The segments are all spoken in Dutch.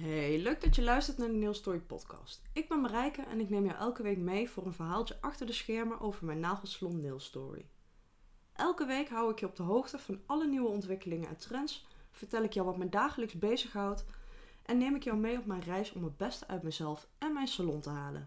Hey, leuk dat je luistert naar de Nail Story podcast. Ik ben Marijke en ik neem jou elke week mee voor een verhaaltje achter de schermen over mijn nagelsalon Nail Story. Elke week hou ik je op de hoogte van alle nieuwe ontwikkelingen en trends, vertel ik jou wat me dagelijks bezighoudt en neem ik jou mee op mijn reis om het beste uit mezelf en mijn salon te halen.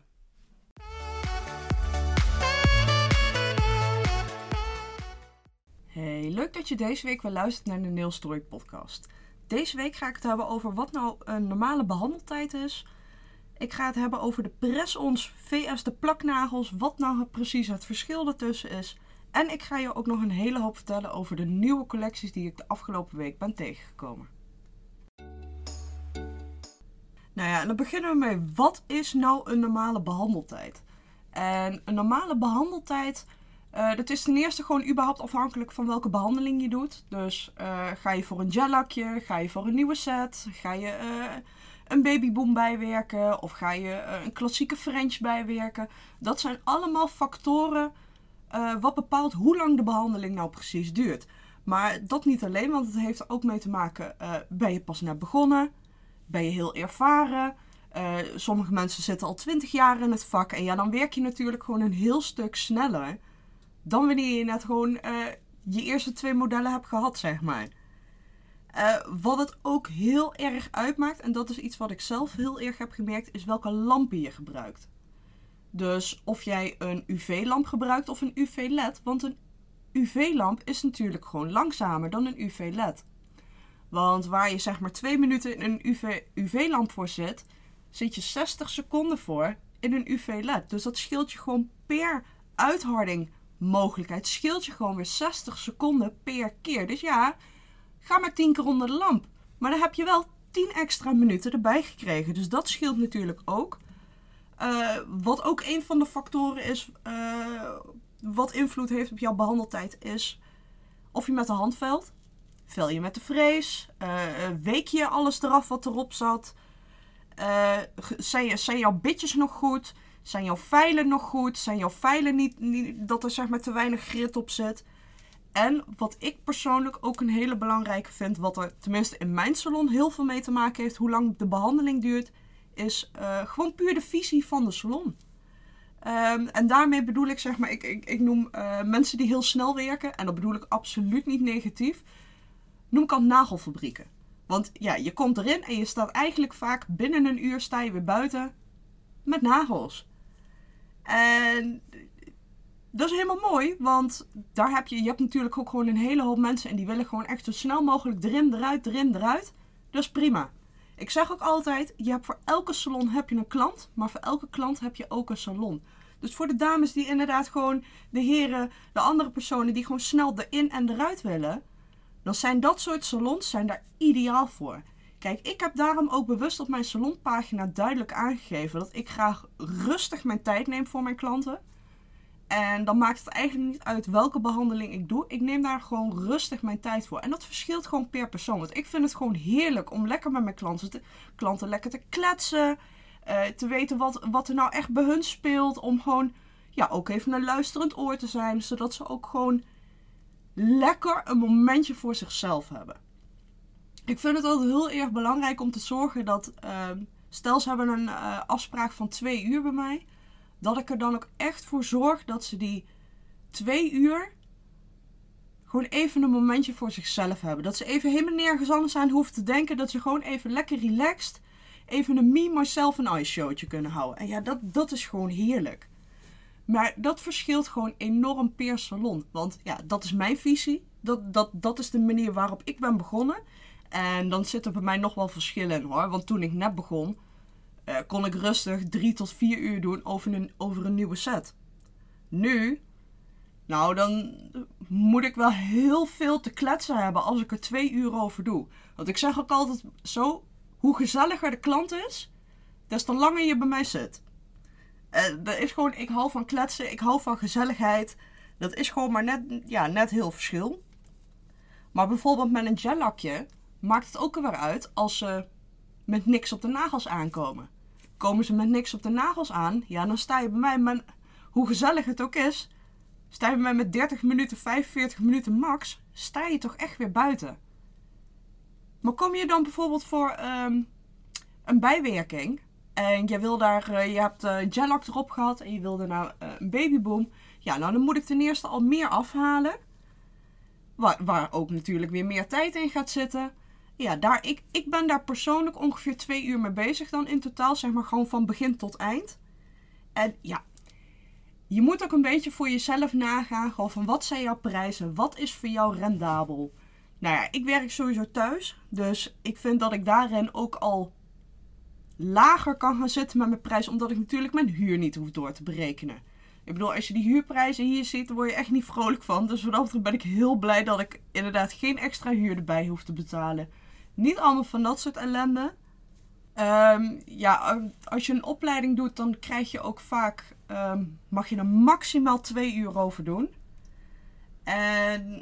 Hey, leuk dat je deze week weer luistert naar de Nail Story podcast. Deze week ga ik het hebben over wat nou een normale behandeltijd is. Ik ga het hebben over de press-ons vs de plaknagels, wat nou precies het verschil ertussen is. En ik ga je ook nog een hele hoop vertellen over de nieuwe collecties die ik de afgelopen week ben tegengekomen. Nou ja, en dan beginnen we mee. Wat is nou een normale behandeltijd? En een normale behandeltijd, dat is ten eerste gewoon überhaupt afhankelijk van welke behandeling je doet. Dus ga je voor een gellakje, ga je voor een nieuwe set, ga je een babyboom bijwerken of ga je een klassieke French bijwerken. Dat zijn allemaal factoren wat bepaalt hoe lang de behandeling nou precies duurt. Maar dat niet alleen, want het heeft er ook mee te maken, ben je pas net begonnen, ben je heel ervaren. Sommige mensen zitten al 20 jaar in het vak en ja, dan werk je natuurlijk gewoon een heel stuk sneller dan wanneer je net gewoon je eerste 2 modellen hebt gehad, zeg maar. Wat het ook heel erg uitmaakt, en dat is iets wat ik zelf heel erg heb gemerkt, is welke lampen je gebruikt. Dus of jij een UV-lamp gebruikt of een UV-LED, want een UV-lamp is natuurlijk gewoon langzamer dan een UV-LED. Want waar je zeg maar 2 minuten in een UV-lamp voor zit, zit je 60 seconden voor in een UV-LED. Dus dat scheelt je gewoon per uitharding mogelijkheid. Scheelt je gewoon weer 60 seconden per keer. Dus ja, ga maar 10 keer onder de lamp. Maar dan heb je wel 10 extra minuten erbij gekregen. Dus dat scheelt natuurlijk ook. Wat ook een van de factoren is, wat invloed heeft op jouw behandeltijd, is of je met de hand velt. Vel je met de frees? Week je alles eraf wat erop zat? Zijn jouw bitjes nog goed? Zijn jouw vijlen nog goed? Zijn jouw vijlen niet dat er zeg maar te weinig grit op zit? En wat ik persoonlijk ook een hele belangrijke vind, wat er tenminste in mijn salon heel veel mee te maken heeft, hoe lang de behandeling duurt, is gewoon puur de visie van de salon. En daarmee bedoel ik zeg maar, ik noem mensen die heel snel werken, en dat bedoel ik absoluut niet negatief, noem ik al nagelfabrieken. Want ja, je komt erin en je staat eigenlijk vaak binnen een uur sta je weer buiten met nagels. En dat is helemaal mooi, want daar je hebt natuurlijk ook gewoon een hele hoop mensen en die willen gewoon echt zo snel mogelijk erin, eruit. Dat is prima. Ik zeg ook altijd, je hebt voor elke salon heb je een klant, maar voor elke klant heb je ook een salon. Dus voor de dames die inderdaad gewoon, de heren, de andere personen die gewoon snel erin en eruit willen, dan zijn dat soort salons daar ideaal voor. Kijk, ik heb daarom ook bewust op mijn salonpagina duidelijk aangegeven dat ik graag rustig mijn tijd neem voor mijn klanten. En dan maakt het eigenlijk niet uit welke behandeling ik doe. Ik neem daar gewoon rustig mijn tijd voor. En dat verschilt gewoon per persoon. Want ik vind het gewoon heerlijk om lekker met mijn klanten lekker te kletsen. Te weten wat er nou echt bij hun speelt. Om gewoon ja, ook even een luisterend oor te zijn. Zodat ze ook gewoon lekker een momentje voor zichzelf hebben. Ik vind het altijd heel erg belangrijk om te zorgen dat, stel ze hebben een afspraak van 2 uur bij mij, dat ik er dan ook echt voor zorg dat ze die 2 uur gewoon even een momentje voor zichzelf hebben. Dat ze even helemaal nergens anders aan hoeven te denken, dat ze gewoon even lekker relaxed, even een me, myself en I showtje kunnen houden. En ja, dat is gewoon heerlijk. Maar dat verschilt gewoon enorm per salon. Want ja, dat is mijn visie. Dat is de manier waarop ik ben begonnen. En dan zitten bij mij nog wel verschillen in hoor. Want toen ik net begon, kon ik rustig 3 tot 4 uur doen over een nieuwe set. Nu, nou dan moet ik wel heel veel te kletsen hebben als ik er 2 uur over doe. Want ik zeg ook altijd zo, hoe gezelliger de klant is, des te langer je bij mij zit. Dat is gewoon, ik hou van kletsen, ik hou van gezelligheid. Dat is gewoon maar net heel verschil. Maar bijvoorbeeld met een gellakje maakt het ook weer uit als ze met niks op de nagels aankomen. Komen ze met niks op de nagels aan, ja, dan sta je bij mij, hoe gezellig het ook is, sta je bij mij met 30 minuten, 45 minuten max, sta je toch echt weer buiten. Maar kom je dan bijvoorbeeld voor een bijwerking en je wil daar, je hebt gel-lak erop gehad en je wilde nou een babyboom. Ja, nou dan moet ik ten eerste al meer afhalen. Waar ook natuurlijk weer meer tijd in gaat zitten. Ja, ik ben daar persoonlijk ongeveer 2 uur mee bezig dan in totaal. Zeg maar gewoon van begin tot eind. En ja, je moet ook een beetje voor jezelf nagaan. Gewoon van wat zijn jouw prijzen? Wat is voor jou rendabel? Nou ja, ik werk sowieso thuis. Dus ik vind dat ik daarin ook al lager kan gaan zitten met mijn prijs. Omdat ik natuurlijk mijn huur niet hoef door te berekenen. Ik bedoel, als je die huurprijzen hier ziet, dan word je echt niet vrolijk van. Dus wat dat betreft ben ik heel blij dat ik inderdaad geen extra huur erbij hoef te betalen. Niet allemaal van dat soort ellende. Ja, als je een opleiding doet, dan krijg je ook vaak, mag je er maximaal 2 uur over doen. En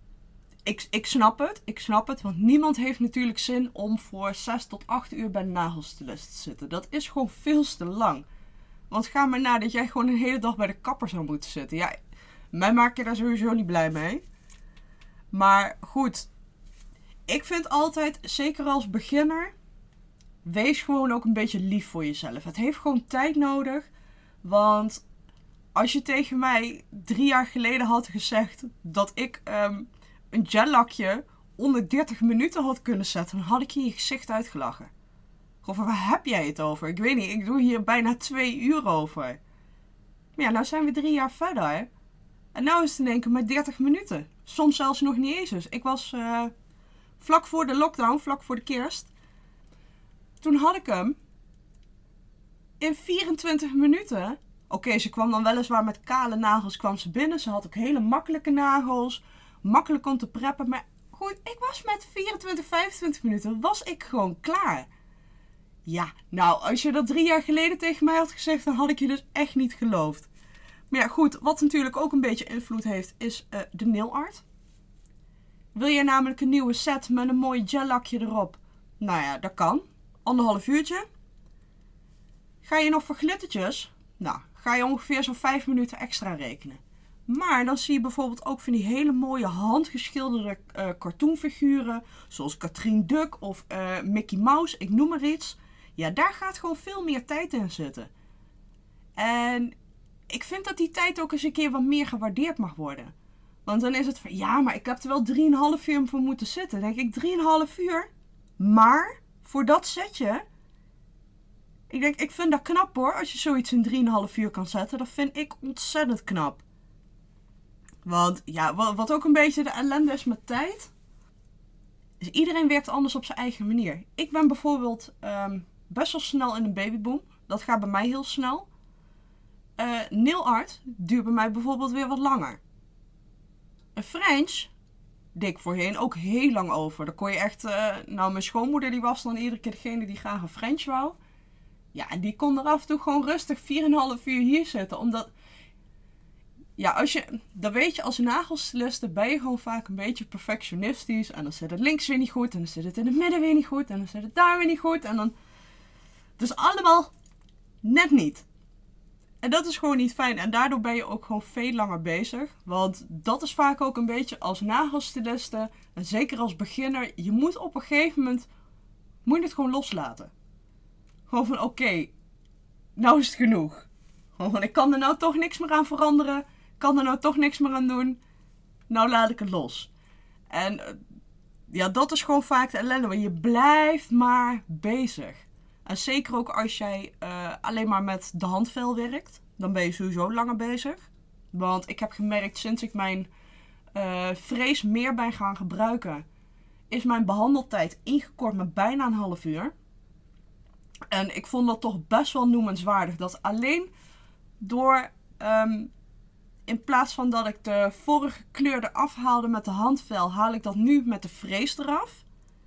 ik snap het, want niemand heeft natuurlijk zin om voor 6 tot 8 uur bij de nagelstylist te zitten. Dat is gewoon veel te lang. Want ga maar na dat jij gewoon een hele dag bij de kapper zou moeten zitten. Ja, mij maak je daar sowieso niet blij mee. Maar goed, ik vind altijd, zeker als beginner, wees gewoon ook een beetje lief voor jezelf. Het heeft gewoon tijd nodig. Want als je tegen mij 3 jaar geleden had gezegd dat ik een gel-lakje onder 30 minuten had kunnen zetten, dan had ik je in je gezicht uitgelachen. Of waar heb jij het over? Ik weet niet, ik doe hier bijna 2 uur over. Maar ja, nou zijn we 3 jaar verder. En nou is het in één keer maar 30 minuten. Soms zelfs nog niet eens. Dus ik was vlak voor de lockdown, vlak voor de kerst. Toen had ik hem in 24 minuten. Oké, ze kwam dan weliswaar met kale nagels kwam ze binnen. Ze had ook hele makkelijke nagels. Makkelijk om te preppen. Maar goed, ik was met 24, 25 minuten was ik gewoon klaar. Ja, nou, als je dat 3 jaar geleden tegen mij had gezegd, dan had ik je dus echt niet geloofd. Maar ja, goed, wat natuurlijk ook een beetje invloed heeft, is de nail art. Wil je namelijk een nieuwe set met een mooi gel-lakje erop? Nou ja, dat kan. 1,5 uurtje. Ga je nog voor glittertjes? Nou, ga je ongeveer zo'n 5 minuten extra rekenen. Maar dan zie je bijvoorbeeld ook van die hele mooie handgeschilderde cartoonfiguren, zoals Katrien Duck of Mickey Mouse, ik noem maar iets. Ja, daar gaat gewoon veel meer tijd in zitten. En ik vind dat die tijd ook eens een keer wat meer gewaardeerd mag worden. Want dan is het van, ja, maar ik heb er wel 3,5 uur voor moeten zitten. Dan denk ik, 3,5 uur? Maar, voor dat setje, ik vind dat knap hoor, als je zoiets in 3,5 uur kan zetten. Dat vind ik ontzettend knap. Want, ja, wat ook een beetje de ellende is met tijd, is iedereen werkt anders op zijn eigen manier. Ik ben bijvoorbeeld best wel snel in een babyboom. Dat gaat bij mij heel snel. Nail art duurt bij mij bijvoorbeeld weer wat langer. Een French deed ik voorheen ook heel lang over. Daar kon je echt... nou, mijn schoonmoeder die was dan iedere keer degene die graag een French wou. Ja, en die kon er af en toe gewoon rustig 4,5 uur hier zitten. Omdat... Ja, dan weet je, als nagelstyliste ben je gewoon vaak een beetje perfectionistisch. En dan zit het links weer niet goed. En dan zit het in het midden weer niet goed. En dan zit het daar weer niet goed. En dan... Dus allemaal net niet. En dat is gewoon niet fijn. En daardoor ben je ook gewoon veel langer bezig. Want dat is vaak ook een beetje als nagelstyliste. En zeker als beginner. Je moet op een gegeven moment... Moet je het gewoon loslaten. Gewoon van oké, nou is het genoeg. Gewoon van ik kan er nou toch niks meer aan veranderen. Kan er nou toch niks meer aan doen. Nou laat ik het los. En ja, dat is gewoon vaak de ellende. Want je blijft maar bezig. En zeker ook als jij alleen maar met de handvel werkt. Dan ben je sowieso langer bezig. Want ik heb gemerkt sinds ik mijn frees meer ben gaan gebruiken. Is mijn behandeltijd ingekort met bijna een half uur. En ik vond dat toch best wel noemenswaardig. Dat alleen door... in plaats van dat ik de vorige kleur eraf haalde met de handvel, haal ik dat nu met de frees eraf.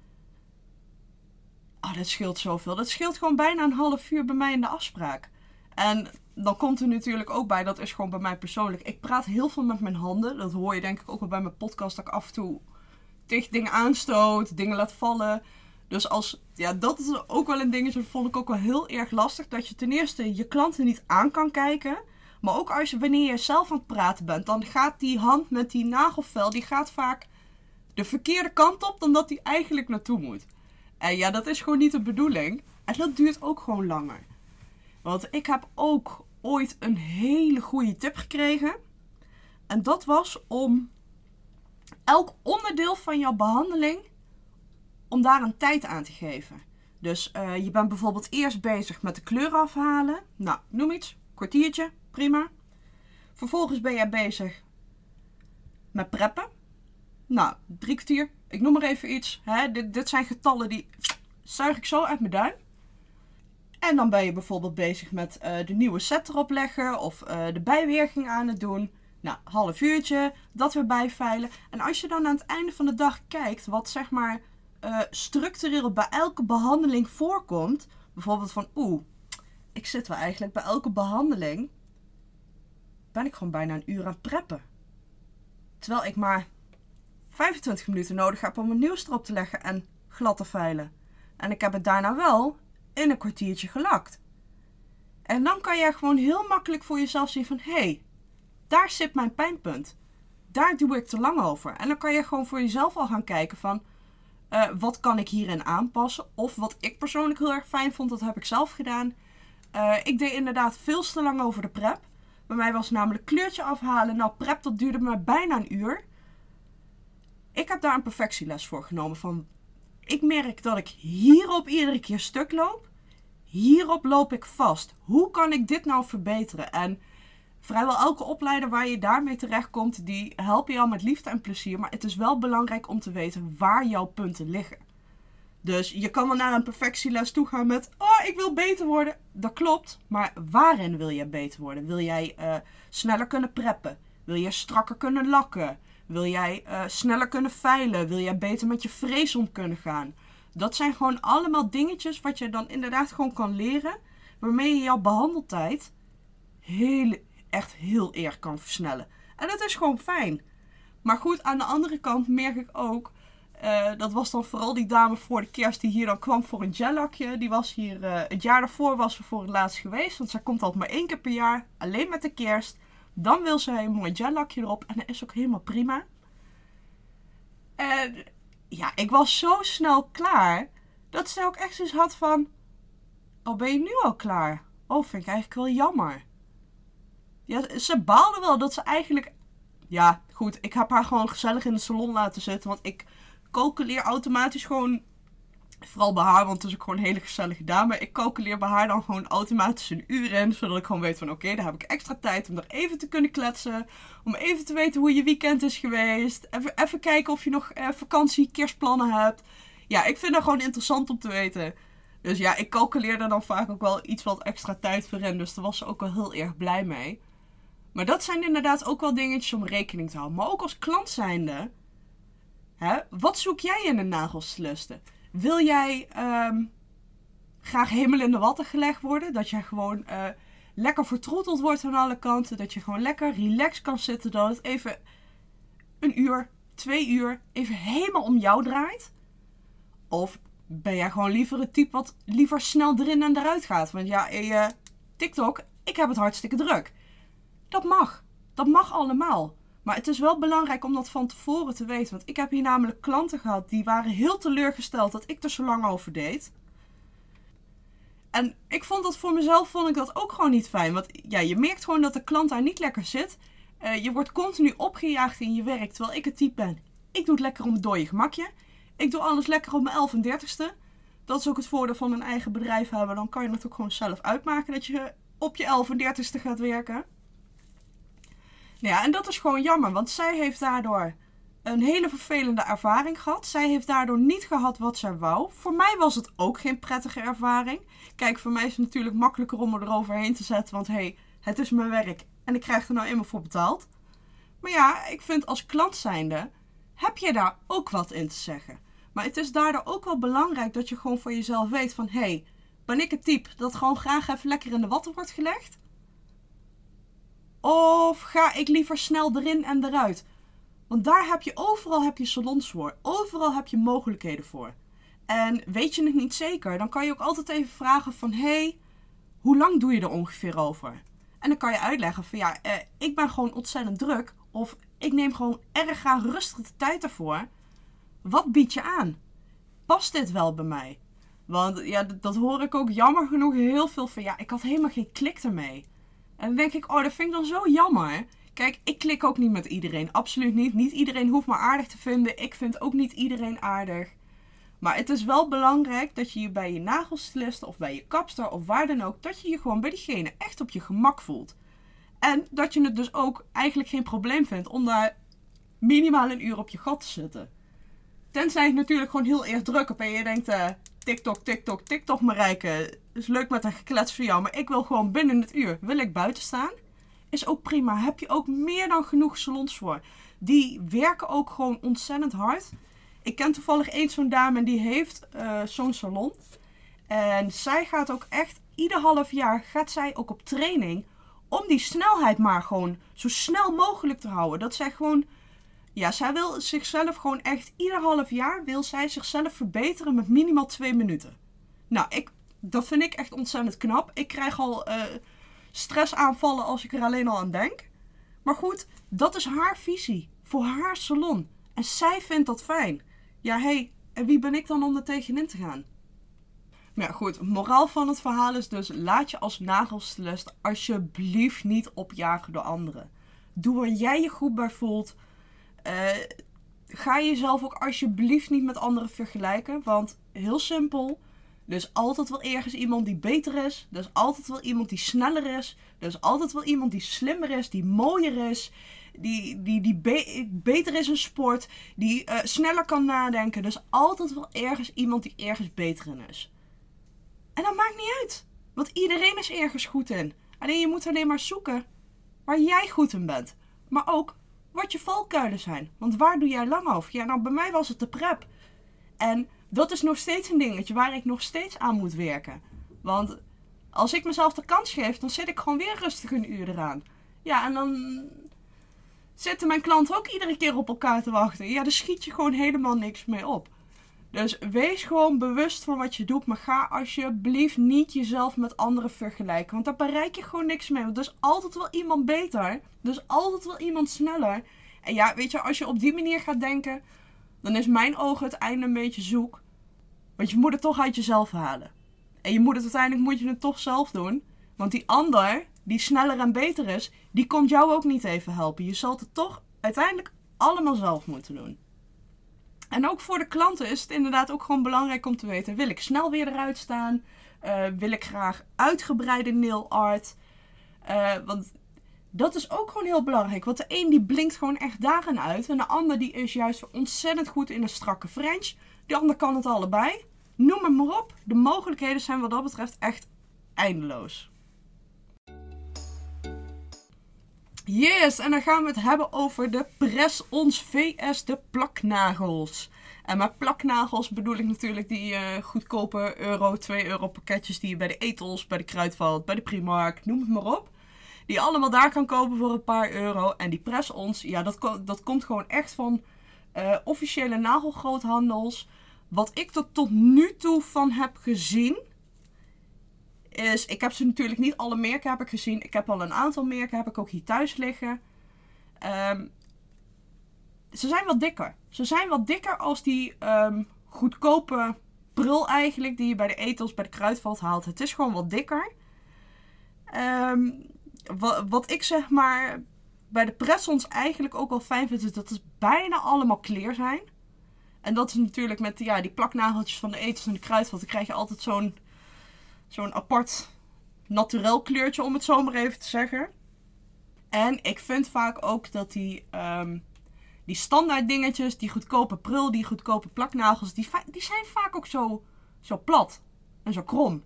Oh, dat scheelt zoveel. Dat scheelt gewoon bijna een half uur bij mij in de afspraak. En dan komt er natuurlijk ook bij, dat is gewoon bij mij persoonlijk. Ik praat heel veel met mijn handen. Dat hoor je denk ik ook wel bij mijn podcast, dat ik af en toe tegen dingen aanstoot, dingen laat vallen. Dus dat is ook wel een dingetje, dat vond ik ook wel heel erg lastig. Dat je ten eerste je klanten niet aan kan kijken. Maar ook wanneer je zelf aan het praten bent, dan gaat die hand met die nagelvel, die gaat vaak de verkeerde kant op dan dat die eigenlijk naartoe moet. En ja, dat is gewoon niet de bedoeling. En dat duurt ook gewoon langer. Want ik heb ook ooit een hele goede tip gekregen. En dat was om elk onderdeel van jouw behandeling, om daar een tijd aan te geven. Dus je bent bijvoorbeeld eerst bezig met de kleur afhalen. Nou, noem iets. Kwartiertje, prima. Vervolgens ben jij bezig met preppen. Nou, 3 kwartier. Ik noem maar even iets. Hè? Dit zijn getallen die zuig ik zo uit mijn duim. En dan ben je bijvoorbeeld bezig met de nieuwe set erop leggen. Of de bijwerking aan het doen. Nou, half uurtje. Dat weer bijveilen. En als je dan aan het einde van de dag kijkt. Wat zeg maar structureel bij elke behandeling voorkomt. Bijvoorbeeld van ik zit wel eigenlijk bij elke behandeling. Ben ik gewoon bijna een uur aan het preppen. Terwijl ik maar 25 minuten nodig heb om een nieuws erop te leggen en glad te veilen. En ik heb het daarna wel in een kwartiertje gelakt. En dan kan je gewoon heel makkelijk voor jezelf zien van hé, daar zit mijn pijnpunt. Daar doe ik te lang over. En dan kan je gewoon voor jezelf al gaan kijken van wat kan ik hierin aanpassen. Of wat ik persoonlijk heel erg fijn vond, dat heb ik zelf gedaan. Ik deed inderdaad veel te lang over de prep. Bij mij was namelijk kleurtje afhalen. Nou, prep dat duurde me bijna een uur. Ik heb daar een perfectieles voor genomen. Van, ik merk dat ik hierop iedere keer stuk loop. Hierop loop ik vast. Hoe kan ik dit nou verbeteren? En vrijwel elke opleider waar je daarmee terechtkomt, die helpen je al met liefde en plezier. Maar het is wel belangrijk om te weten waar jouw punten liggen. Dus je kan wel naar een perfectieles toe gaan met ik wil beter worden. Dat klopt, maar waarin wil jij beter worden? Wil jij sneller kunnen preppen? Wil jij strakker kunnen lakken? Wil jij sneller kunnen veilen? Wil jij beter met je vrees om kunnen gaan? Dat zijn gewoon allemaal dingetjes wat je dan inderdaad gewoon kan leren. Waarmee je jouw behandeltijd echt heel erg kan versnellen. En dat is gewoon fijn. Maar goed, aan de andere kant merk ik ook. Dat was dan vooral die dame voor de kerst die hier dan kwam voor een gellakje. Die was hier, het jaar daarvoor was ze voor het laatst geweest. Want zij komt altijd maar 1 keer per jaar. Alleen met de kerst. Dan wil zij een mooi gellakje erop. En dat is ook helemaal prima. En ja, ik was zo snel klaar. Dat ze ook echt zoiets had van. Ben je nu al klaar? Vind ik eigenlijk wel jammer. Ja, ze baalde wel dat ze eigenlijk. Ja, goed. Ik heb haar gewoon gezellig in de salon laten zitten. Want ik calculeer automatisch gewoon. Vooral bij haar, want het is ook gewoon een hele gezellige dame. Ik calculeer bij haar dan gewoon automatisch een uur in. Zodat ik gewoon weet van oké, daar heb ik extra tijd om er even te kunnen kletsen. Om even te weten hoe je weekend is geweest. Even kijken of je nog vakantie, kerstplannen hebt. Ja, ik vind dat gewoon interessant om te weten. Dus ja, ik calculeer er dan vaak ook wel iets wat extra tijd voor in. Dus daar was ze ook wel heel erg blij mee. Maar dat zijn inderdaad ook wel dingetjes om rekening te houden. Maar ook als klant zijnde. Wat zoek jij in een nagelstyliste? Wil jij graag helemaal in de watten gelegd worden? Dat jij gewoon lekker vertroeteld wordt aan alle kanten. Dat je gewoon lekker relaxed kan zitten. Dat het even 1 uur, 2 uur even helemaal om jou draait. Of ben jij gewoon liever het type wat liever snel erin en eruit gaat? Want ja, TikTok, ik heb het hartstikke druk. Dat mag. Dat mag allemaal. Maar het is wel belangrijk om dat van tevoren te weten. Want ik heb hier namelijk klanten gehad die waren heel teleurgesteld dat ik er zo lang over deed. En ik vond dat voor mezelf vond ik dat ook gewoon niet fijn. Want ja, je merkt gewoon dat de klant daar niet lekker zit. Je wordt continu opgejaagd in je werk. Terwijl ik het type ben. Ik doe het lekker om het dode gemakje. Ik doe alles lekker op mijn 31ste. Dat is ook het voordeel van een eigen bedrijf hebben. Dan kan je het ook gewoon zelf uitmaken dat je op je 31ste gaat werken. Nou ja, en dat is gewoon jammer, want zij heeft daardoor een hele vervelende ervaring gehad. Zij heeft daardoor niet gehad wat zij wou. Voor mij was het ook geen prettige ervaring. Kijk, voor mij is het natuurlijk makkelijker om er eroverheen te zetten, want het is mijn werk en ik krijg er nou eenmaal voor betaald. Maar ja, ik vind als klant zijnde, heb je daar ook wat in te zeggen. Maar het is daardoor ook wel belangrijk dat je gewoon voor jezelf weet van, ben ik het type dat gewoon graag even lekker in de watten wordt gelegd? Of ga ik liever snel erin en eruit? Want overal heb je salons voor. Overal heb je mogelijkheden voor. En weet je het niet zeker, dan kan je ook altijd even vragen van, hoe lang doe je er ongeveer over? En dan kan je uitleggen van, ik ben gewoon ontzettend druk. Of ik neem gewoon erg graag rustig de tijd ervoor. Wat bied je aan? Past dit wel bij mij? Want ja, dat hoor ik ook jammer genoeg heel veel van. Ja, ik had helemaal geen klik ermee. En dan denk ik, dat vind ik dan zo jammer. Kijk, ik klik ook niet met iedereen. Absoluut niet. Niet iedereen hoeft me aardig te vinden. Ik vind ook niet iedereen aardig. Maar het is wel belangrijk dat je je bij je nagelstylist of bij je kapster of waar dan ook, dat je je gewoon bij diegene echt op je gemak voelt. En dat je het dus ook eigenlijk geen probleem vindt om daar minimaal een uur op je gat te zitten. Tenzij het natuurlijk gewoon heel erg druk op en je denkt, TikTok Marijke, is leuk met een geklets voor jou, maar ik wil gewoon binnen het uur, wil ik buiten staan? Is ook prima. Heb je ook meer dan genoeg salons voor. Die werken ook gewoon ontzettend hard. Ik ken toevallig eens zo'n dame en die heeft zo'n salon. En zij gaat ook echt, ieder half jaar gaat zij ook op training om die snelheid maar gewoon zo snel mogelijk te houden. Dat zij gewoon, ja, zij wil zichzelf gewoon echt, ieder half jaar wil zij zichzelf verbeteren met minimaal 2 minuten. Nou, dat vind ik echt ontzettend knap. Ik krijg al stressaanvallen als ik er alleen al aan denk. Maar goed, dat is haar visie voor haar salon. En zij vindt dat fijn. Ja, en wie ben ik dan om er tegenin te gaan? Maar ja, goed, moraal van het verhaal is dus, laat je als nagelstylist alsjeblieft niet opjagen door anderen. Doe waar jij je goed bij voelt. Ga jezelf ook alsjeblieft niet met anderen vergelijken. Want, heel simpel, er is altijd wel ergens iemand die beter is. Er is altijd wel iemand die sneller is. Er is altijd wel iemand die slimmer is, die mooier is. Die beter is in sport. Die sneller kan nadenken. Er is altijd wel ergens iemand die ergens beter in is. En dat maakt niet uit. Want iedereen is ergens goed in. Alleen je moet alleen maar zoeken waar jij goed in bent. Maar ook wat je valkuilen zijn. Want waar doe jij lang over? Ja, nou bij mij was het de prep. En dat is nog steeds een dingetje waar ik nog steeds aan moet werken. Want als ik mezelf de kans geef, dan zit ik gewoon weer rustig een uur eraan. Ja, en dan zitten mijn klanten ook iedere keer op elkaar te wachten. Ja, daar schiet je gewoon helemaal niks mee op. Dus wees gewoon bewust van wat je doet. Maar ga alsjeblieft niet jezelf met anderen vergelijken. Want daar bereik je gewoon niks mee. Want er is altijd wel iemand beter. Er is altijd wel iemand sneller. En ja, weet je, als je op die manier gaat denken, dan is mijn ogen het einde een beetje zoek. Want je moet het toch uit jezelf halen. En uiteindelijk moet je het toch zelf doen. Want die ander, die sneller en beter is, die komt jou ook niet even helpen. Je zal het toch uiteindelijk allemaal zelf moeten doen. En ook voor de klanten is het inderdaad ook gewoon belangrijk om te weten, wil ik snel weer eruit staan? Wil ik graag uitgebreide nail art? Want dat is ook gewoon heel belangrijk. Want de een die blinkt gewoon echt daarin uit. En de ander die is juist ontzettend goed in een strakke French. De ander kan het allebei. Noem het maar op. De mogelijkheden zijn wat dat betreft echt eindeloos. Yes, en dan gaan we het hebben over de Press-Ons vs de plaknagels. En met plaknagels bedoel ik natuurlijk die goedkope euro, 2 euro pakketjes die je bij de Etels, bij de Kruidvat, bij de Primark, noem het maar op. Die je allemaal daar kan kopen voor een paar euro. En die Press-Ons, ja, dat komt gewoon echt van officiële nagelgroothandels. Wat ik er tot nu toe van heb gezien is, ik heb ze natuurlijk niet alle merken heb ik gezien. Ik heb al een aantal merken, heb ik ook hier thuis liggen. Ze zijn wat dikker. Ze zijn wat dikker als die goedkope prul eigenlijk, die je bij de Etels, bij de Kruidvat haalt. Het is gewoon wat dikker. Wat ik zeg maar bij de Press-Ons eigenlijk ook wel fijn vind, is dat het bijna allemaal clear zijn. En dat is natuurlijk met die plaknageltjes van de Etels en de Kruidvat. Dan krijg je altijd zo'n apart naturel kleurtje, om het zo maar even te zeggen. En ik vind vaak ook dat die standaard dingetjes, die goedkope prul, die goedkope plaknagels, die zijn vaak ook zo plat en zo krom.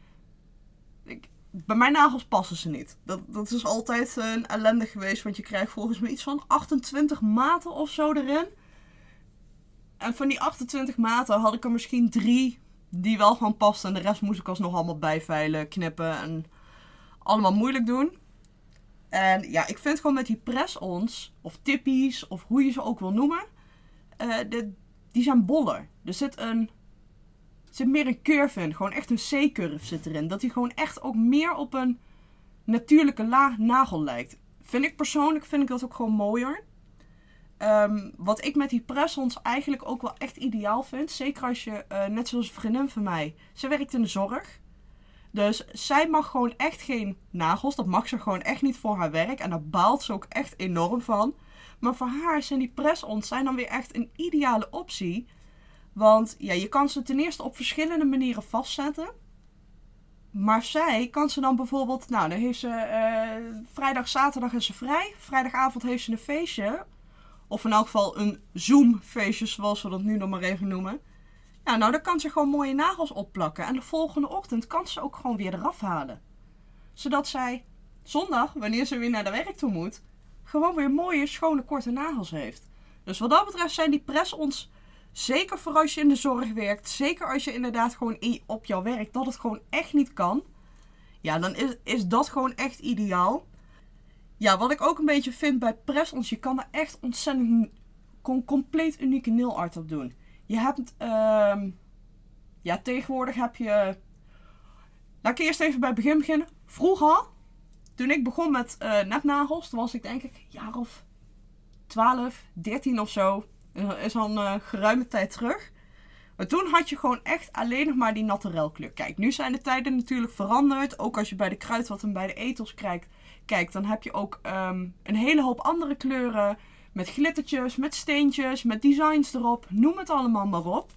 Bij mijn nagels passen ze niet. Dat is altijd een ellende geweest, want je krijgt volgens mij iets van 28 maten of zo erin. En van die 28 maten had ik er misschien 3 die wel gewoon pasten. En de rest moest ik alsnog allemaal bijveilen, knippen en allemaal moeilijk doen. En ja, ik vind gewoon met die Press-Ons, of tippies, of hoe je ze ook wil noemen, die zijn boller. Er zit meer een curve in. Gewoon echt een C-curve zit erin. Dat die gewoon echt ook meer op een natuurlijke laag nagel lijkt. Vind ik persoonlijk dat ook gewoon mooier. Wat ik met die press-ons eigenlijk ook wel echt ideaal vind. Zeker als je, net zoals een vriendin van mij, ze werkt in de zorg. Dus zij mag gewoon echt geen nagels. Dat mag ze gewoon echt niet voor haar werk. En daar baalt ze ook echt enorm van. Maar voor haar zijn die press-ons zijn dan weer echt een ideale optie. Want ja, je kan ze ten eerste op verschillende manieren vastzetten. Maar zij kan ze dan bijvoorbeeld... Nou, dan heeft ze vrijdag, zaterdag is ze vrij. Vrijdagavond heeft ze een feestje. Of in elk geval een Zoom-feestje, zoals we dat nu nog maar even noemen. Ja, nou, dan kan ze gewoon mooie nagels opplakken. En de volgende ochtend kan ze ook gewoon weer eraf halen. Zodat zij zondag, wanneer ze weer naar de werk toe moet, gewoon weer mooie, schone, korte nagels heeft. Dus wat dat betreft zijn die press-ons, zeker voor als je in de zorg werkt, zeker als je inderdaad gewoon op jouw werk, dat het gewoon echt niet kan. Ja, dan is dat gewoon echt ideaal. Ja, wat ik ook een beetje vind bij press-ons, je kan er echt ontzettend compleet unieke nail art op doen. Je hebt, ja, tegenwoordig heb je... Laat ik eerst even bij het begin beginnen. Vroeger, toen ik begon met nepnagels, toen was ik denk ik een jaar of 12, 13 of zo. Dat is al een geruime tijd terug. Maar toen had je gewoon echt alleen nog maar die naturel kleur. Kijk, nu zijn de tijden natuurlijk veranderd. Ook als je bij de kruidvat en bij de etels kijkt, dan heb je ook een hele hoop andere kleuren. Met glittertjes, met steentjes, met designs erop. Noem het allemaal maar op.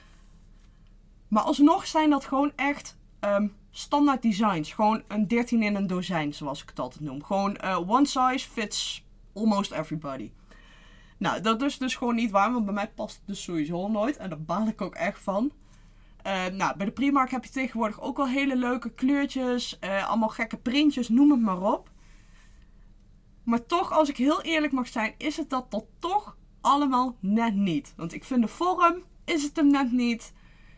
Maar alsnog zijn dat gewoon echt standaard designs. Gewoon een 13 in een dozijn, zoals ik het altijd noem. Gewoon one size fits almost everybody. Nou, dat is dus gewoon niet waar, want bij mij past het dus sowieso nooit. En daar baal ik ook echt van. Nou, bij de Primark heb je tegenwoordig ook wel hele leuke kleurtjes. Allemaal gekke printjes, noem het maar op. Maar toch, als ik heel eerlijk mag zijn, is het dat toch allemaal net niet. Want ik vind de vorm, is het hem net niet.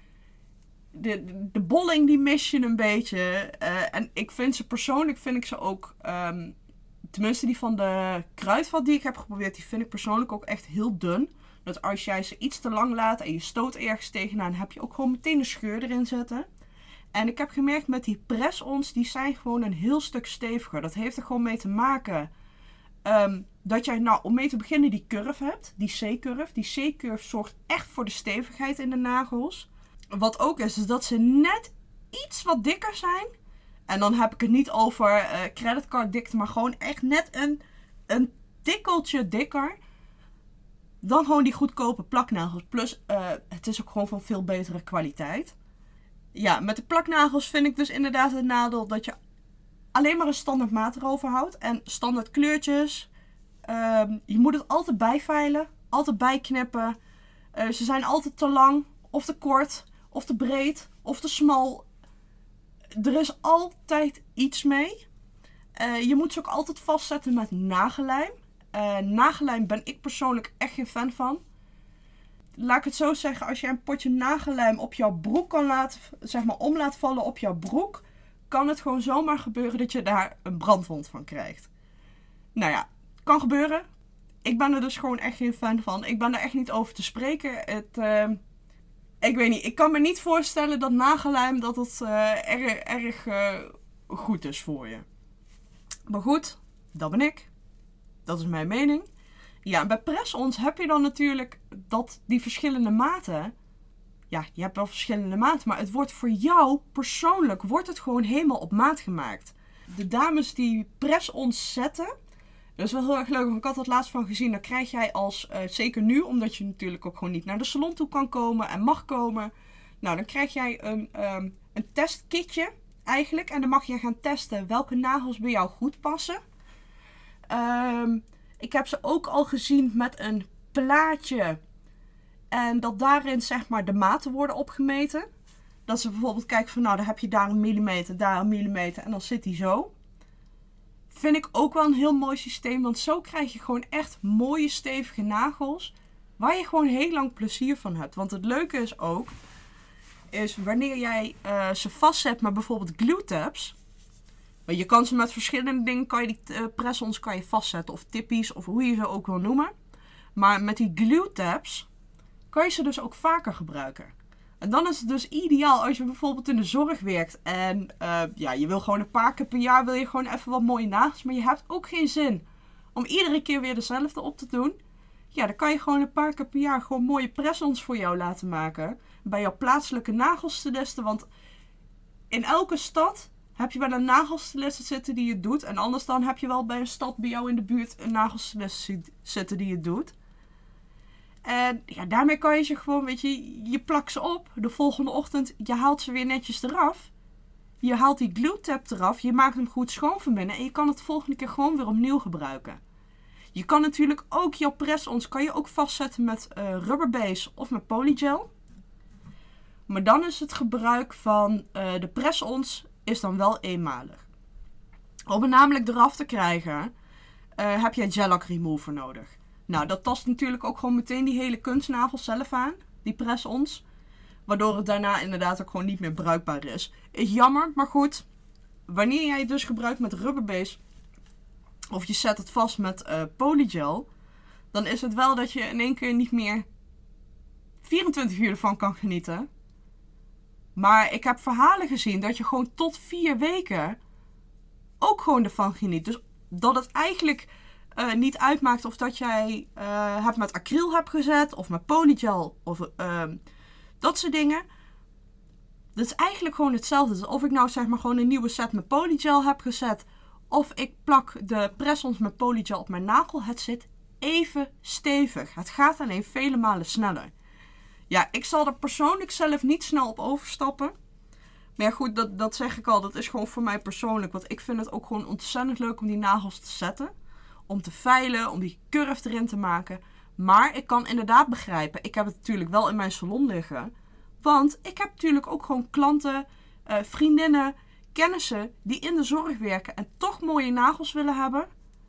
De bolling, die mis je een beetje. En ik vind ze persoonlijk, vind ik ze ook... tenminste, die van de kruidvat die ik heb geprobeerd, die vind ik persoonlijk ook echt heel dun. Dat als jij ze iets te lang laat en je stoot ergens tegenaan, heb je ook gewoon meteen een scheur erin zitten. En ik heb gemerkt met die press-ons, die zijn gewoon een heel stuk steviger. Dat heeft er gewoon mee te maken dat jij, nou, om mee te beginnen, die curve hebt. Die C-curve. Die C-curve zorgt echt voor de stevigheid in de nagels. Wat ook is dat ze net iets wat dikker zijn. En dan heb ik het niet over creditcarddikte, maar gewoon echt net een tikkeltje dikker dan gewoon die goedkope plaknagels. Plus, het is ook gewoon van veel betere kwaliteit. Ja, met de plaknagels vind ik dus inderdaad het nadeel dat je alleen maar een standaard maat erover houdt. En standaard kleurtjes. Je moet het altijd bijveilen, altijd bijknippen. Ze zijn altijd te lang, of te kort, of te breed, of te smal. Er is altijd iets mee. Je moet ze ook altijd vastzetten met nagellijm. Nagellijm ben ik persoonlijk echt geen fan van. Laat ik het zo zeggen, als je een potje nagellijm op jouw broek kan laten, zeg maar, om laat vallen op jouw broek, kan het gewoon zomaar gebeuren dat je daar een brandwond van krijgt. Nou ja, kan gebeuren. Ik ben er dus gewoon echt geen fan van. Ik ben er echt niet over te spreken. Ik weet niet, ik kan me niet voorstellen dat nagellijm dat het erg goed is voor je. Maar goed, dat ben ik. Dat is mijn mening. Ja, en bij press-ons heb je dan natuurlijk die verschillende maten. Ja, je hebt wel verschillende maten, maar het wordt voor jou persoonlijk wordt het gewoon helemaal op maat gemaakt. De dames die press-ons zetten, dat is wel heel erg leuk, want ik had het laatst van gezien. Dan krijg jij zeker nu, omdat je natuurlijk ook gewoon niet naar de salon toe kan komen en mag komen. Nou, dan krijg jij een testkitje eigenlijk. En dan mag je gaan testen welke nagels bij jou goed passen. Ik heb ze ook al gezien met een plaatje. En dat daarin zeg maar de maten worden opgemeten. Dat ze bijvoorbeeld kijken van nou, dan heb je daar een millimeter, daar een millimeter. En dan zit die zo. Vind ik ook wel een heel mooi systeem. Want zo krijg je gewoon echt mooie stevige nagels. Waar je gewoon heel lang plezier van hebt. Want het leuke is ook, is wanneer jij ze vastzet met bijvoorbeeld glue tabs. Maar je kan ze met verschillende dingen, kan je die press-ons kan je vastzetten. Of tippies, of hoe je ze ook wil noemen. Maar met die glue tabs kan je ze dus ook vaker gebruiken. En dan is het dus ideaal als je bijvoorbeeld in de zorg werkt. En je wil gewoon een paar keer per jaar wil je gewoon even wat mooie nagels. Maar je hebt ook geen zin om iedere keer weer dezelfde op te doen. Ja, dan kan je gewoon een paar keer per jaar gewoon mooie press-ons voor jou laten maken. Bij jouw plaatselijke nagelstylisten. Want in elke stad heb je wel een nagelstylist zitten die het doet. En anders dan heb je wel bij een stad bij jou in de buurt een nagelstylist zitten die het doet. En ja, daarmee kan je ze gewoon, weet je plakt ze op. De volgende ochtend, je haalt ze weer netjes eraf. Je haalt die glue tab eraf. Je maakt hem goed schoon van binnen. En je kan het de volgende keer gewoon weer opnieuw gebruiken. Je kan natuurlijk ook jouw press-ons kan je ook vastzetten met rubberbase of met polygel. Maar dan is het gebruik van de press-ons is dan wel eenmalig. Om het namelijk eraf te krijgen, heb je gel-lock remover nodig. Nou, dat tast natuurlijk ook gewoon meteen die hele kunstnagel zelf aan, die press-ons. Waardoor het daarna inderdaad ook gewoon niet meer bruikbaar is. Is jammer, maar goed. Wanneer jij het dus gebruikt met rubberbase, of je zet het vast met polygel, dan is het wel dat je in één keer niet meer 24 uur ervan kan genieten. Maar ik heb verhalen gezien dat je gewoon tot 4 weken ook gewoon ervan geniet. Dus dat het eigenlijk niet uitmaakt of dat jij het met acryl hebt gezet of met polygel of dat soort dingen. Dat is eigenlijk gewoon hetzelfde. Dus of ik nou zeg maar gewoon een nieuwe set met polygel heb gezet, of ik plak de press-ons met polygel op mijn nagel, het zit even stevig. Het gaat alleen vele malen sneller. Ja, ik zal er persoonlijk zelf niet snel op overstappen. Maar ja, goed, dat zeg ik al. Dat is gewoon voor mij persoonlijk. Want ik vind het ook gewoon ontzettend leuk om die nagels te zetten. Om te veilen, om die curve erin te maken. Maar ik kan inderdaad begrijpen. Ik heb het natuurlijk wel in mijn salon liggen. Want ik heb natuurlijk ook gewoon klanten, vriendinnen, kennissen die in de zorg werken en toch mooie nagels willen hebben.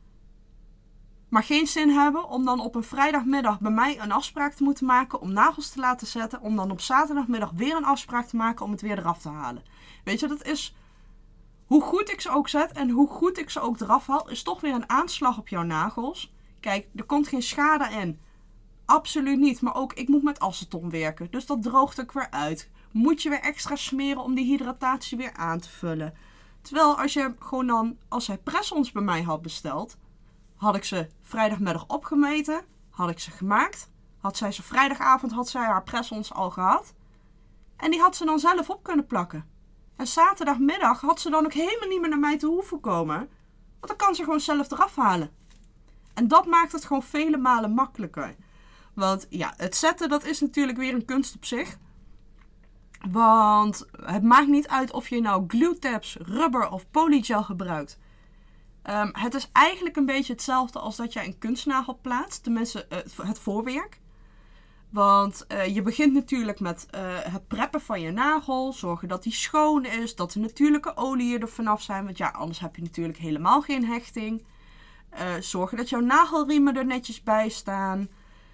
Maar geen zin hebben om dan op een vrijdagmiddag bij mij een afspraak te moeten maken om nagels te laten zetten. Om dan op zaterdagmiddag weer een afspraak te maken om het weer eraf te halen. Weet je, dat is, hoe goed ik ze ook zet en hoe goed ik ze ook eraf haal, is toch weer een aanslag op jouw nagels. Kijk, er komt geen schade in. Absoluut niet. Maar ook, ik moet met aceton werken. Dus dat droogt ook weer uit. Moet je weer extra smeren om die hydratatie weer aan te vullen. Terwijl als je gewoon dan, als hij press-ons bij mij had besteld, had ik ze vrijdagmiddag opgemeten. Had ik ze gemaakt. Had zij ze vrijdagavond, had zij haar press-ons al gehad. En die had ze dan zelf op kunnen plakken. En zaterdagmiddag had ze dan ook helemaal niet meer naar mij te hoeven komen. Want dan kan ze gewoon zelf eraf halen. En dat maakt het gewoon vele malen makkelijker. Want ja, het zetten, dat is natuurlijk weer een kunst op zich. Want het maakt niet uit of je nou glue tabs, rubber of polygel gebruikt. Het is eigenlijk een beetje hetzelfde als dat jij een kunstnagel plaatst. Tenminste, het voorwerk. Want je begint natuurlijk met het preppen van je nagel. Zorgen dat die schoon is. Dat de natuurlijke oliën er vanaf zijn. Want ja, anders heb je natuurlijk helemaal geen hechting. Zorgen dat jouw nagelriemen er netjes bij staan.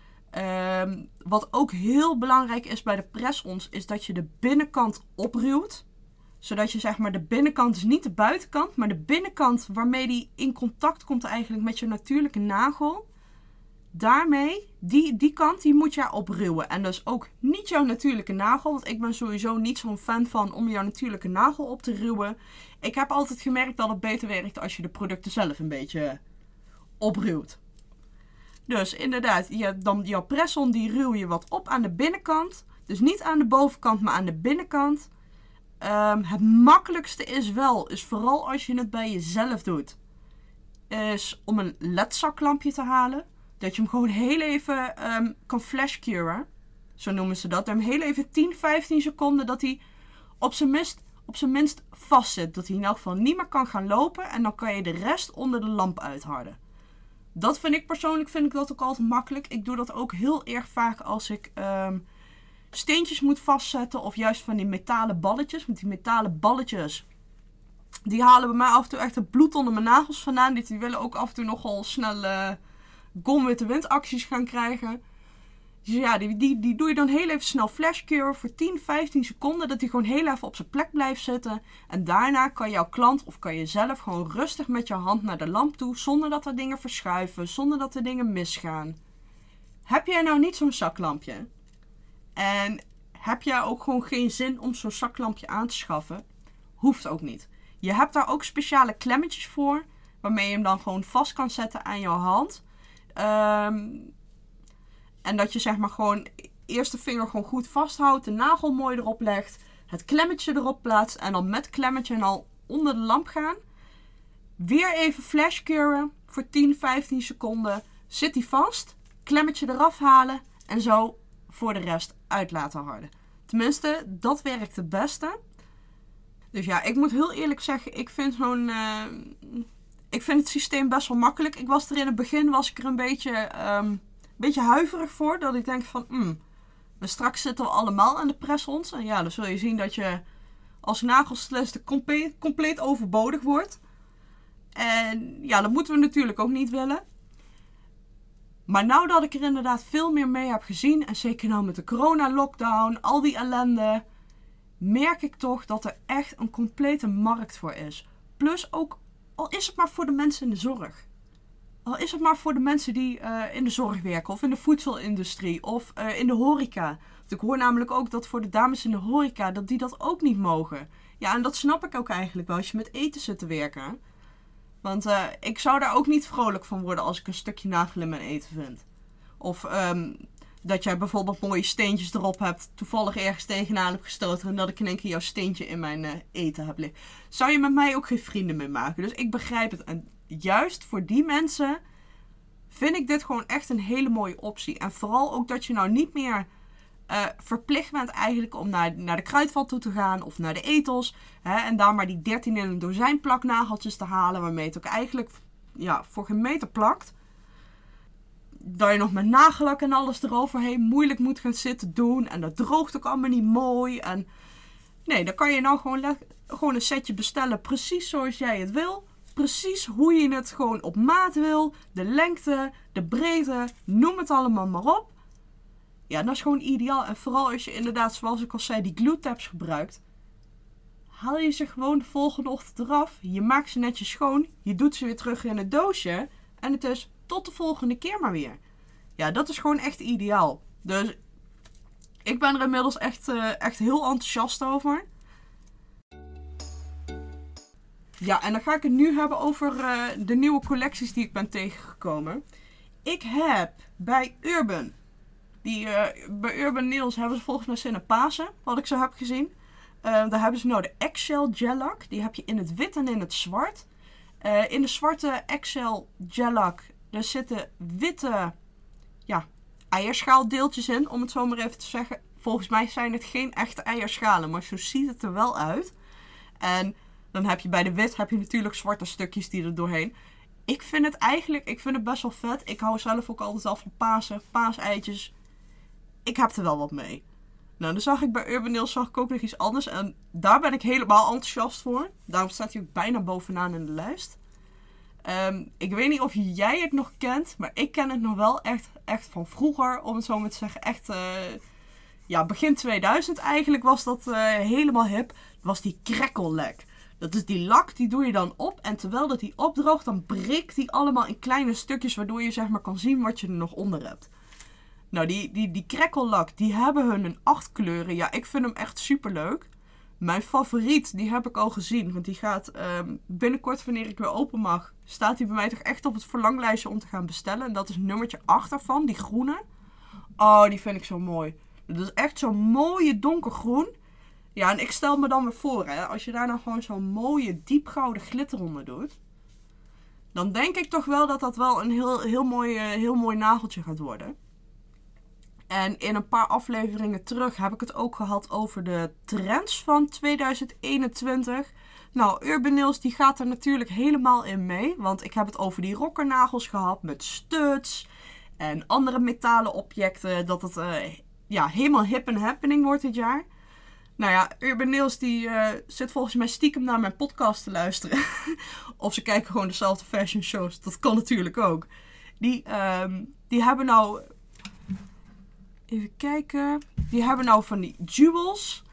Wat ook heel belangrijk is bij de press-ons, is dat je de binnenkant opruwt. Zodat je zeg maar, de binnenkant is niet de buitenkant, maar de binnenkant waarmee die in contact komt eigenlijk met je natuurlijke nagel. Daarmee, die kant, die moet je opruwen. En dus ook niet jouw natuurlijke nagel, want ik ben sowieso niet zo'n fan van om jouw natuurlijke nagel op te ruwen. Ik heb altijd gemerkt dat het beter werkt als je de producten zelf een beetje opruwt. Dus inderdaad, dan jouw press-on die ruw je wat op aan de binnenkant. Dus niet aan de bovenkant, maar aan de binnenkant. Het makkelijkste is vooral als je het bij jezelf doet, is om een LED-zaklampje te halen. Dat je hem gewoon heel even kan flashcuren. Zo noemen ze dat. Dan heel even 10, 15 seconden dat hij op zijn minst vast zit. Dat hij in elk geval niet meer kan gaan lopen. En dan kan je de rest onder de lamp uitharden. Dat vind ik persoonlijk dat ook altijd makkelijk. Ik doe dat ook heel erg vaak als ik steentjes moet vastzetten. Of juist van die metalen balletjes. Want die metalen balletjes, die halen bij mij af en toe echt het bloed onder mijn nagels vandaan. Die willen ook af en toe nogal snel Gone with the Wind acties gaan krijgen. Dus ja, die doe je dan heel even snel flashcure voor 10, 15 seconden. Dat die gewoon heel even op zijn plek blijft zitten. En daarna kan jouw klant of kan je zelf gewoon rustig met je hand naar de lamp toe. Zonder dat er dingen verschuiven. Zonder dat er dingen misgaan. Heb jij nou niet zo'n zaklampje? En heb jij ook gewoon geen zin om zo'n zaklampje aan te schaffen? Hoeft ook niet. Je hebt daar ook speciale klemmetjes voor. Waarmee je hem dan gewoon vast kan zetten aan jouw hand. En dat je zeg maar gewoon eerst de vinger gewoon goed vasthoudt. De nagel mooi erop legt. Het klemmetje erop plaatst. En dan met klemmetje en al onder de lamp gaan. Weer even flashcuren voor 10, 15 seconden. Zit die vast. Klemmetje eraf halen. En zo voor de rest uit laten harden. Tenminste, dat werkt het beste. Dus ja, ik moet heel eerlijk zeggen. Ik vind het systeem best wel makkelijk. Ik was er in het begin een beetje huiverig voor. Dat ik denk van, maar straks zitten we allemaal aan de pressons. En ja, dan zul je zien dat je als nagelstyliste compleet overbodig wordt. En ja, dat moeten we natuurlijk ook niet willen. Maar nou dat ik er inderdaad veel meer mee heb gezien. En zeker nou met de corona-lockdown, al die ellende. Merk ik toch dat er echt een complete markt voor is. Plus ook, al is het maar voor de mensen in de zorg. Al is het maar voor de mensen die in de zorg werken. Of in de voedselindustrie. Of in de horeca. Want ik hoor namelijk ook dat voor de dames in de horeca, dat die dat ook niet mogen. Ja, en dat snap ik ook eigenlijk wel als je met eten zit te werken. Want ik zou daar ook niet vrolijk van worden als ik een stukje nagel in mijn eten vind. Of dat jij bijvoorbeeld mooie steentjes erop hebt, toevallig ergens tegenaan hebt gestoten en dat ik in één keer jouw steentje in mijn eten heb liggen. Zou je met mij ook geen vrienden mee maken. Dus ik begrijp het. En juist voor die mensen vind ik dit gewoon echt een hele mooie optie. En vooral ook dat je nou niet meer verplicht bent eigenlijk om naar de kruidvat toe te gaan of naar de etels. En daar maar die 13 in een dozijn plaknageltjes te halen waarmee het ook eigenlijk voor geen meter plakt. Dat je nog met nagellak en alles eroverheen moeilijk moet gaan zitten doen. En dat droogt ook allemaal niet mooi. En nee, dan kan je nou gewoon een setje bestellen precies zoals jij het wil. Precies hoe je het gewoon op maat wil. De lengte, de breedte, noem het allemaal maar op. Ja, dat is gewoon ideaal. En vooral als je inderdaad, zoals ik al zei, die glue tabs gebruikt. Haal je ze gewoon de volgende ochtend eraf. Je maakt ze netjes schoon. Je doet ze weer terug in het doosje. En het is tot de volgende keer maar weer. Ja, dat is gewoon echt ideaal. Dus ik ben er inmiddels echt heel enthousiast over. Ja, en dan ga ik het nu hebben over de nieuwe collecties die ik ben tegengekomen. Ik heb bij Urban... bij Urban Nails hebben ze volgens mij sinds Pasen, wat ik zo heb gezien. Daar hebben ze nou de Eggshell Gel Lac. Die heb je in het wit en in het zwart. In de zwarte Eggshell Gel Lac, daar zitten witte eierschaaldeeltjes in, om het zo maar even te zeggen. Volgens mij zijn het geen echte eierschalen, maar zo ziet het er wel uit. En dan heb je bij de wit natuurlijk zwarte stukjes die er doorheen. Ik vind het best wel vet. Ik hou zelf ook altijd al van paaseitjes. Ik heb er wel wat mee. Nou, dan zag ik bij Urban Nails ook nog iets anders. En daar ben ik helemaal enthousiast voor. Daarom staat hij ook bijna bovenaan in de lijst. Ik weet niet of jij het nog kent. Maar ik ken het nog wel echt van vroeger. Om het zo maar te zeggen. Echt begin 2000 eigenlijk was dat helemaal hip. Dat was die Crackle Lac. Dat is die lak, die doe je dan op. En terwijl dat die opdroogt, dan breekt die allemaal in kleine stukjes. Waardoor je zeg maar kan zien wat je er nog onder hebt. Nou, die Crackle Lac, die hebben hun in 8 kleuren. Ja, ik vind hem echt super leuk. Mijn favoriet, die heb ik al gezien. Want die gaat binnenkort, wanneer ik weer open mag, staat die bij mij toch echt op het verlanglijstje om te gaan bestellen. En dat is nummertje 8 ervan, die groene. Oh, die vind ik zo mooi. Dat is echt zo'n mooie donkergroen. Ja, en ik stel me dan weer voor, als je daar nou gewoon zo'n mooie diepgouden glitter onder doet. Dan denk ik toch wel dat dat wel een heel mooi nageltje gaat worden. En in een paar afleveringen terug heb ik het ook gehad over de trends van 2021. Nou, Urban Nails die gaat er natuurlijk helemaal in mee. Want ik heb het over die rockernagels gehad met studs en andere metalen objecten. Dat het helemaal hip en happening wordt dit jaar. Nou ja, Urban Nails die zit volgens mij stiekem naar mijn podcast te luisteren. Of ze kijken gewoon dezelfde fashion shows. Dat kan natuurlijk ook. Die hebben nou... Even kijken. Die hebben nou van die jewels.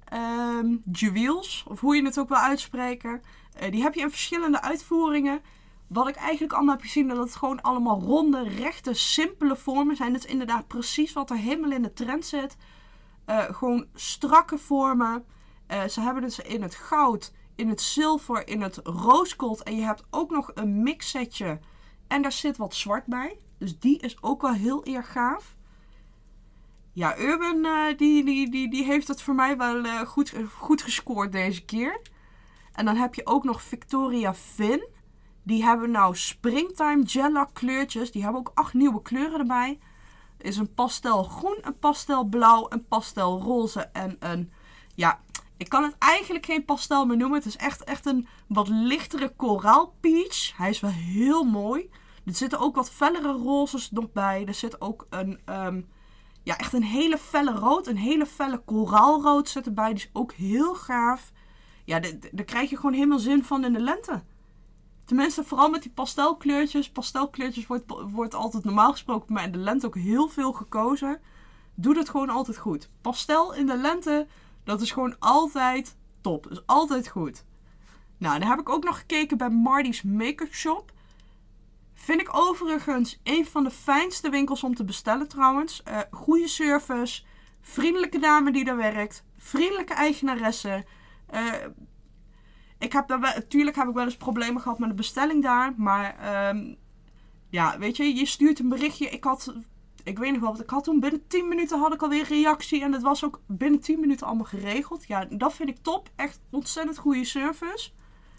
Jewels. Of hoe je het ook wil uitspreken. Die heb je in verschillende uitvoeringen. Wat ik eigenlijk allemaal heb gezien. Dat het gewoon allemaal ronde, rechte, simpele vormen zijn. Dat is inderdaad precies wat er helemaal in de trend zit. Gewoon strakke vormen. Ze hebben dus in het goud, in het zilver, in het rose gold. En je hebt ook nog een mixsetje. En daar zit wat zwart bij. Dus die is ook wel heel erg gaaf. Ja, Urban die heeft het voor mij wel goed gescoord deze keer. En dan heb je ook nog Victoria Finn. Die hebben nou Springtime Gel-Lac kleurtjes. Die hebben ook 8 nieuwe kleuren erbij. Er is een pastelgroen, een pastelblauw, een pastelroze en een... Ja, ik kan het eigenlijk geen pastel meer noemen. Het is echt een wat lichtere koraal peach. Hij is wel heel mooi. Er zitten ook wat fellere rozes nog bij. Er zit ook echt een hele felle rood. Een hele felle koraalrood zit erbij. Die is ook heel gaaf. Ja, daar krijg je gewoon helemaal zin van in de lente. Tenminste, vooral met die pastelkleurtjes. Pastelkleurtjes wordt altijd normaal gesproken bij mij in de lente ook heel veel gekozen. Doe dat gewoon altijd goed. Pastel in de lente, dat is gewoon altijd top. Dat is altijd goed. Nou, dan heb ik ook nog gekeken bij Marty's Make-up Shop. Vind ik overigens een van de fijnste winkels om te bestellen trouwens. Goede service. Vriendelijke dame die daar werkt. Vriendelijke eigenaresse. Natuurlijk heb ik wel eens problemen gehad met de bestelling daar. Maar weet je stuurt een berichtje. Ik weet nog wel, ik had toen binnen 10 minuten had ik alweer reactie. En het was ook binnen 10 minuten allemaal geregeld. Ja, dat vind ik top. Echt ontzettend goede service.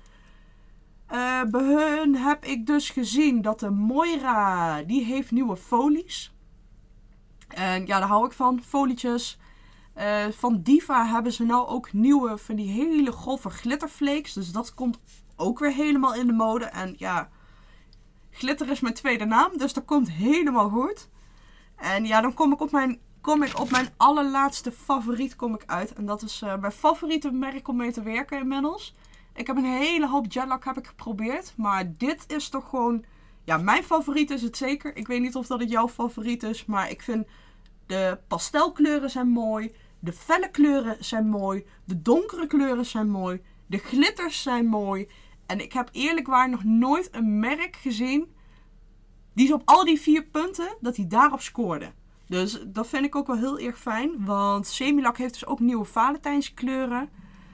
Bij hun heb ik dus gezien dat de Moira, die heeft nieuwe folies. En ja, daar hou ik van. Folietjes. Van Diva hebben ze nou ook nieuwe van die hele grove glitterflakes. Dus dat komt ook weer helemaal in de mode. En ja, glitter is mijn tweede naam. Dus dat komt helemaal goed. En ja, dan kom ik op mijn allerlaatste favoriet uit. En dat is mijn favoriete merk om mee te werken inmiddels. Ik heb een hele hoop Gel-Lac geprobeerd. Maar dit is toch gewoon... Ja, mijn favoriet is het zeker. Ik weet niet of dat het jouw favoriet is. Maar ik vind de pastelkleuren zijn mooi. De felle kleuren zijn mooi. De donkere kleuren zijn mooi. De glitters zijn mooi. En ik heb eerlijk waar nog nooit een merk gezien... die is op al die 4 punten, dat hij daarop scoorde. Dus dat vind ik ook wel heel erg fijn. Want Semilac heeft dus ook nieuwe Valentijnskleuren.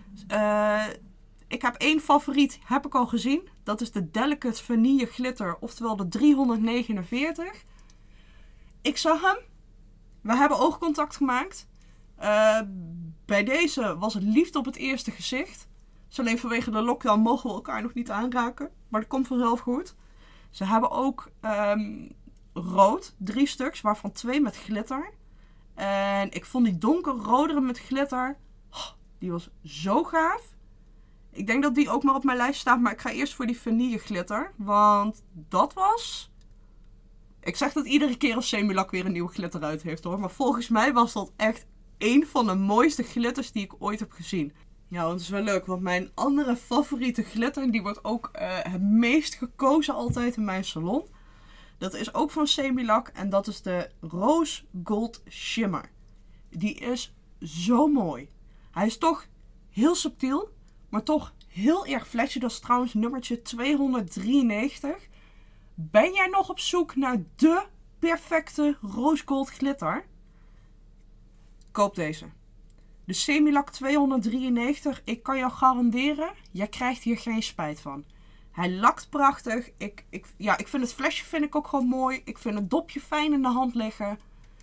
Ik heb 1 favoriet, heb ik al gezien. Dat is de Delicate Vanille Glitter, oftewel de 349. Ik zag hem. We hebben oogcontact gemaakt. Bij deze was het liefde op het eerste gezicht. Dus alleen vanwege de lockdown mogen we elkaar nog niet aanraken. Maar dat komt vanzelf goed. Ze hebben ook rood, 3 stuks, waarvan 2 met glitter. En ik vond die donkerrodere met glitter, die was zo gaaf. Ik denk dat die ook maar op mijn lijst staat, maar ik ga eerst voor die vanille glitter. Want dat was... Ik zeg dat iedere keer als Semilac weer een nieuwe glitter uit heeft hoor. Maar volgens mij was dat echt een van de mooiste glitters die ik ooit heb gezien. Ja, want het is wel leuk, want mijn andere favoriete glitter, die wordt ook het meest gekozen altijd in mijn salon. Dat is ook van Semilac en dat is de Rose Gold Shimmer. Die is zo mooi. Hij is toch heel subtiel, maar toch heel erg flashy. Dat is trouwens nummertje 293. Ben jij nog op zoek naar de perfecte Rose Gold glitter? Koop deze. De Semilac 293, ik kan jou garanderen, jij krijgt hier geen spijt van. Hij lakt prachtig. Ik vind het flesje ook gewoon mooi. Ik vind het dopje fijn in de hand liggen.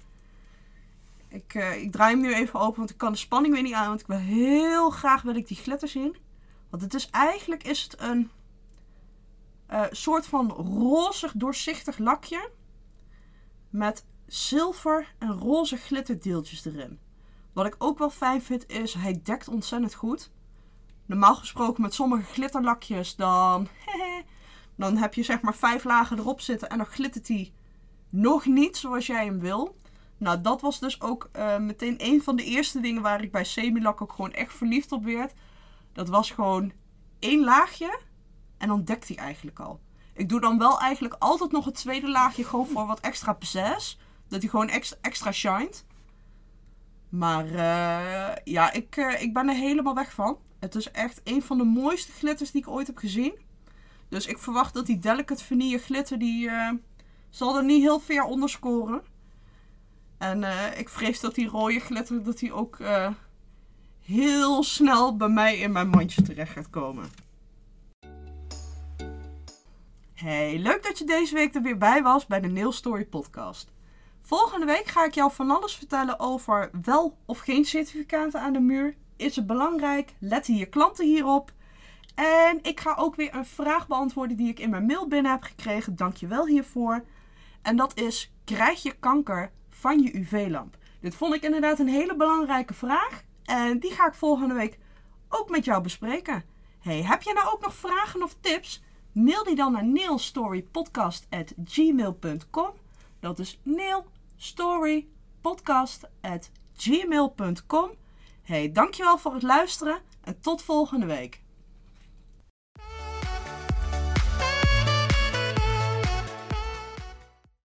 Ik draai hem nu even open, want ik kan de spanning weer niet aan. Want ik wil heel graag die glitter zien. Want het is eigenlijk een soort van rozig doorzichtig lakje. Met zilver en roze glitterdeeltjes erin. Wat ik ook wel fijn vind is, hij dekt ontzettend goed. Normaal gesproken met sommige glitterlakjes, dan heb je zeg maar 5 lagen erop zitten en dan glittert hij nog niet zoals jij hem wil. Nou, dat was dus ook meteen een van de eerste dingen waar ik bij Semilac ook gewoon echt verliefd op werd. Dat was gewoon 1 laagje en dan dekt hij eigenlijk al. Ik doe dan wel eigenlijk altijd nog het tweede laagje gewoon voor wat extra pizzazz. Dat hij gewoon extra shined. Maar ik ben er helemaal weg van. Het is echt een van de mooiste glitters die ik ooit heb gezien. Dus ik verwacht dat die Delicate Vanille glitter, die zal er niet heel ver onder scoren. En ik vrees dat die rode glitter, dat die ook heel snel bij mij in mijn mandje terecht gaat komen. Hey, leuk dat je deze week er weer bij was bij de Nail Story podcast. Volgende week ga ik jou van alles vertellen over wel of geen certificaten aan de muur. Is het belangrijk? Letten je klanten hierop? En ik ga ook weer een vraag beantwoorden die ik in mijn mail binnen heb gekregen. Dank je wel hiervoor. En dat is, krijg je kanker van je UV-lamp? Dit vond ik inderdaad een hele belangrijke vraag. En die ga ik volgende week ook met jou bespreken. Hey, heb je nou ook nog vragen of tips? Mail die dan naar nailstorypodcast@gmail.com. Dat is nailstorypodcast@gmail.com. Hey, dankjewel voor het luisteren en tot volgende week.